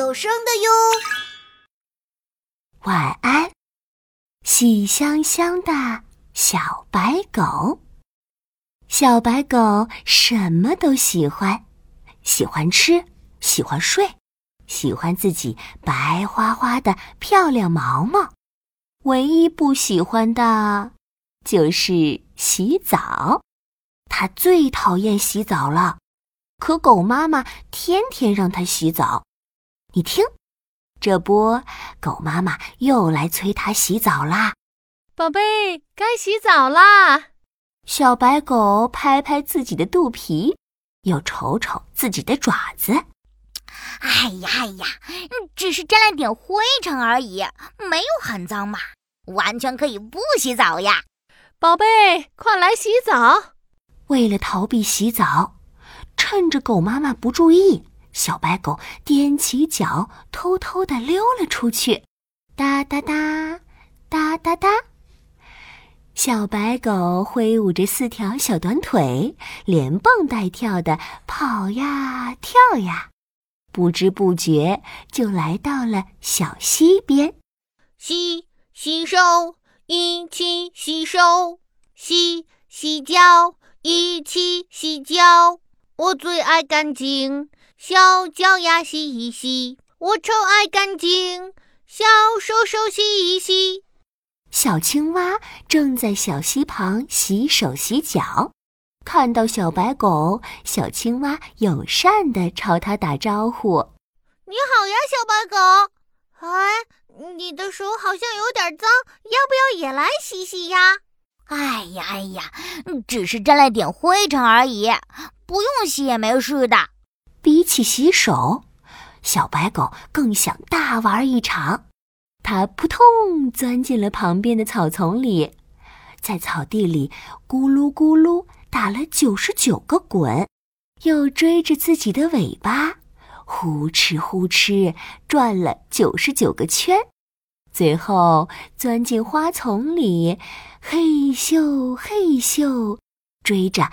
有声的哟。 晚安，喜香香的小白狗。小白狗什么都喜欢，喜欢吃，喜欢睡，喜欢自己白花花的漂亮毛毛。唯一不喜欢的就是洗澡。它最讨厌洗澡了，可狗妈妈天天让它洗澡。你听，这不，狗妈妈又来催它洗澡啦。 宝贝，该洗澡啦。 小白狗拍拍自己的肚皮，又瞅瞅自己的爪子。 哎呀，只是沾了点灰尘而已，没有很脏嘛，完全可以不洗澡呀。 宝贝，快来洗澡。 为了逃避洗澡，趁着狗妈妈不注意，小白狗踮起脚，偷偷地溜了出去。哒哒哒，哒哒哒。小白狗挥舞着4条小短腿，连蹦带跳地跑呀跳呀，不知不觉就来到了小溪边。 洗手，一起洗手，洗脚，一起洗脚。我最爱干净，小脚丫洗一洗，我超爱干净，小手洗一洗。 小青蛙正在小溪旁洗手洗脚，看到小白狗，小青蛙友善地朝它打招呼：“ 你好呀，小白狗。哎，你的手好像有点脏，要不要也来洗洗呀？”哎呀，只是沾了点灰尘而已，不用洗也没事的。 比起洗手，小白狗更想大玩一场。它扑通钻进了旁边的草丛里，在草地里咕噜咕噜打了99个滚，又追着自己的尾巴呼哧呼哧转了99个圈，最后钻进花丛里，嘿咻嘿咻，追着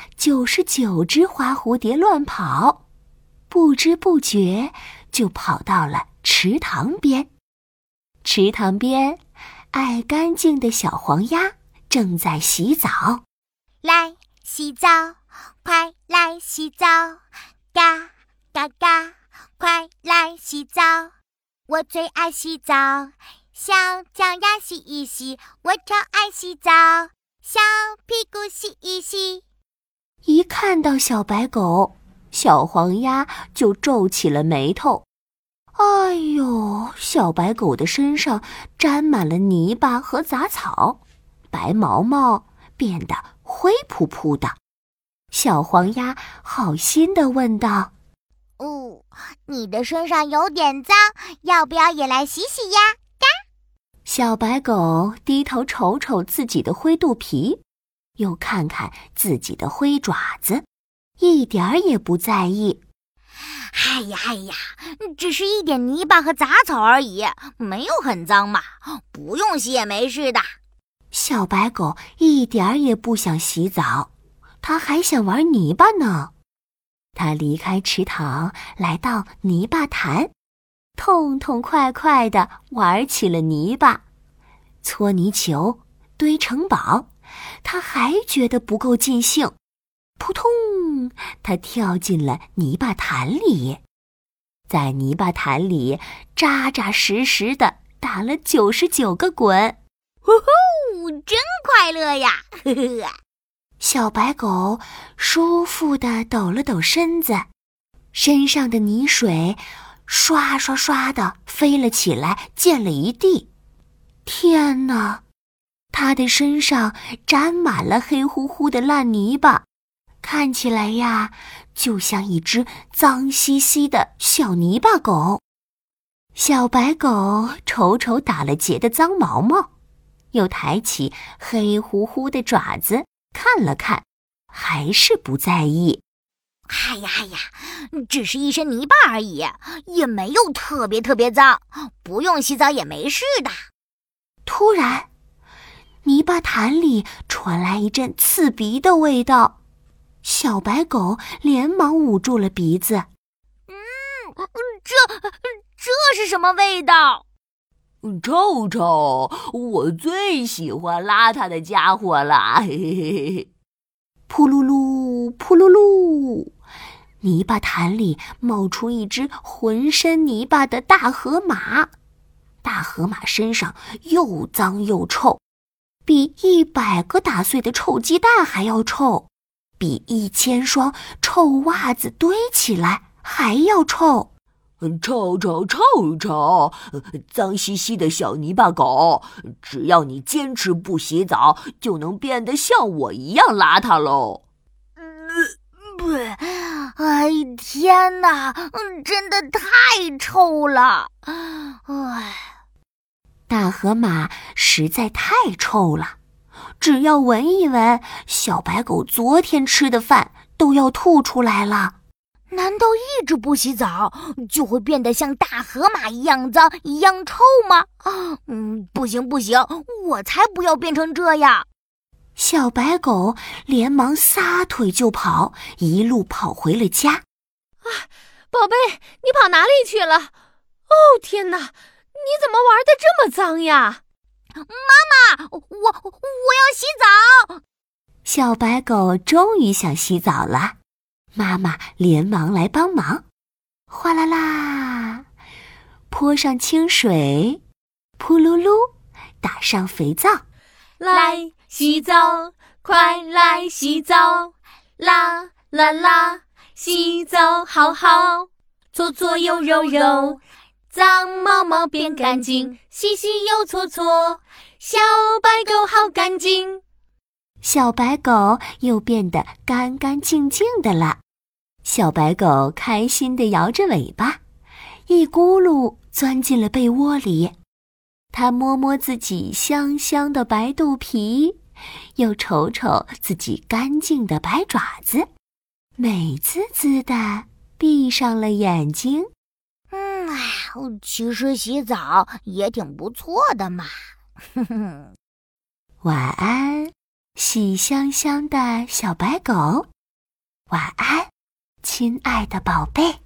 99只花蝴蝶乱跑，不知不觉就跑到了池塘边。池塘边，爱干净的小黄鸭正在洗澡。 来洗澡，快来洗澡，嘎嘎嘎，快来洗澡。我最爱洗澡，小脚丫洗一洗，我超爱洗澡，小屁股洗一洗。 一看到小白狗，小黄鸭就皱起了眉头。哎呦，小白狗的身上沾满了泥巴和杂草，白毛毛变得灰扑扑的。小黄鸭好心地问道：“ 你的身上有点脏，要不要也来洗洗呀？”嘎。 小白狗低头瞅瞅自己的灰肚皮，又看看自己的灰爪子，一点儿也不在意。 哎呀，只是一点泥巴和杂草而已，没有很脏嘛，不用洗也没事的。 小白狗一点儿也不想洗澡，它还想玩泥巴呢。它离开池塘，来到泥巴潭，痛痛快快地玩起了泥巴，搓泥球，堆城堡。它还觉得不够尽兴，扑通，它跳进了泥巴潭里，在泥巴潭里扎扎实实地打了99个滚。 呼呼，真快乐呀！呵呵。 小白狗舒服地抖了抖身子，身上的泥水刷刷刷地飞了起来，溅了一地。天哪，它的身上沾满了黑乎乎的烂泥巴，看起来呀，就像一只脏兮兮的小泥巴狗。小白狗瞅瞅打了结的脏毛毛，又抬起黑乎乎的爪子看了看，还是不在意。 哎呀，只是一身泥巴而已，也没有特别脏，不用洗澡也没事的。 突然，泥巴潭里传来一阵刺鼻的味道，小白狗连忙捂住了鼻子。 这是什么味道？ 臭臭，我最喜欢邋遢的家伙了。嘿嘿嘿。扑噜噜，扑噜噜，泥巴潭里冒出一只浑身泥巴的大河马。大河马身上又脏又臭，比100个打碎的臭鸡蛋还要臭，比1000双臭袜子堆起来还要臭。臭臭臭臭，脏兮兮的小泥巴狗，只要你坚持不洗澡，就能变得像我一样邋遢喽。 哎，天哪，真的太臭了！哎， 大河马实在太臭了，只要闻一闻，小白狗昨天吃的饭都要吐出来了。 难道一直不洗澡就会变得像大河马一样脏一样臭吗？不行不行，我才不要变成这样！ 小白狗连忙撒腿就跑，一路跑回了家。 宝贝，你跑哪里去了？哦，天哪，你怎么玩得这么脏呀？ 妈妈，我要洗澡！ 小白狗终于想洗澡了，妈妈连忙来帮忙。哗啦啦，泼上清水，扑噜噜，打上肥皂。 来洗澡，快来洗澡，啦啦啦，洗澡好好，搓搓又揉揉，脏毛毛变干净，洗洗又搓搓，小白狗好干净。 小白狗又变得干干净净的了。小白狗开心地摇着尾巴，一咕噜钻进了被窝里。它摸摸自己香香的白肚皮，又瞅瞅自己干净的白爪子，美滋滋地闭上了眼睛。 其实洗澡也挺不错的嘛。 晚安，喜香香的小白狗。晚安，亲爱的宝贝。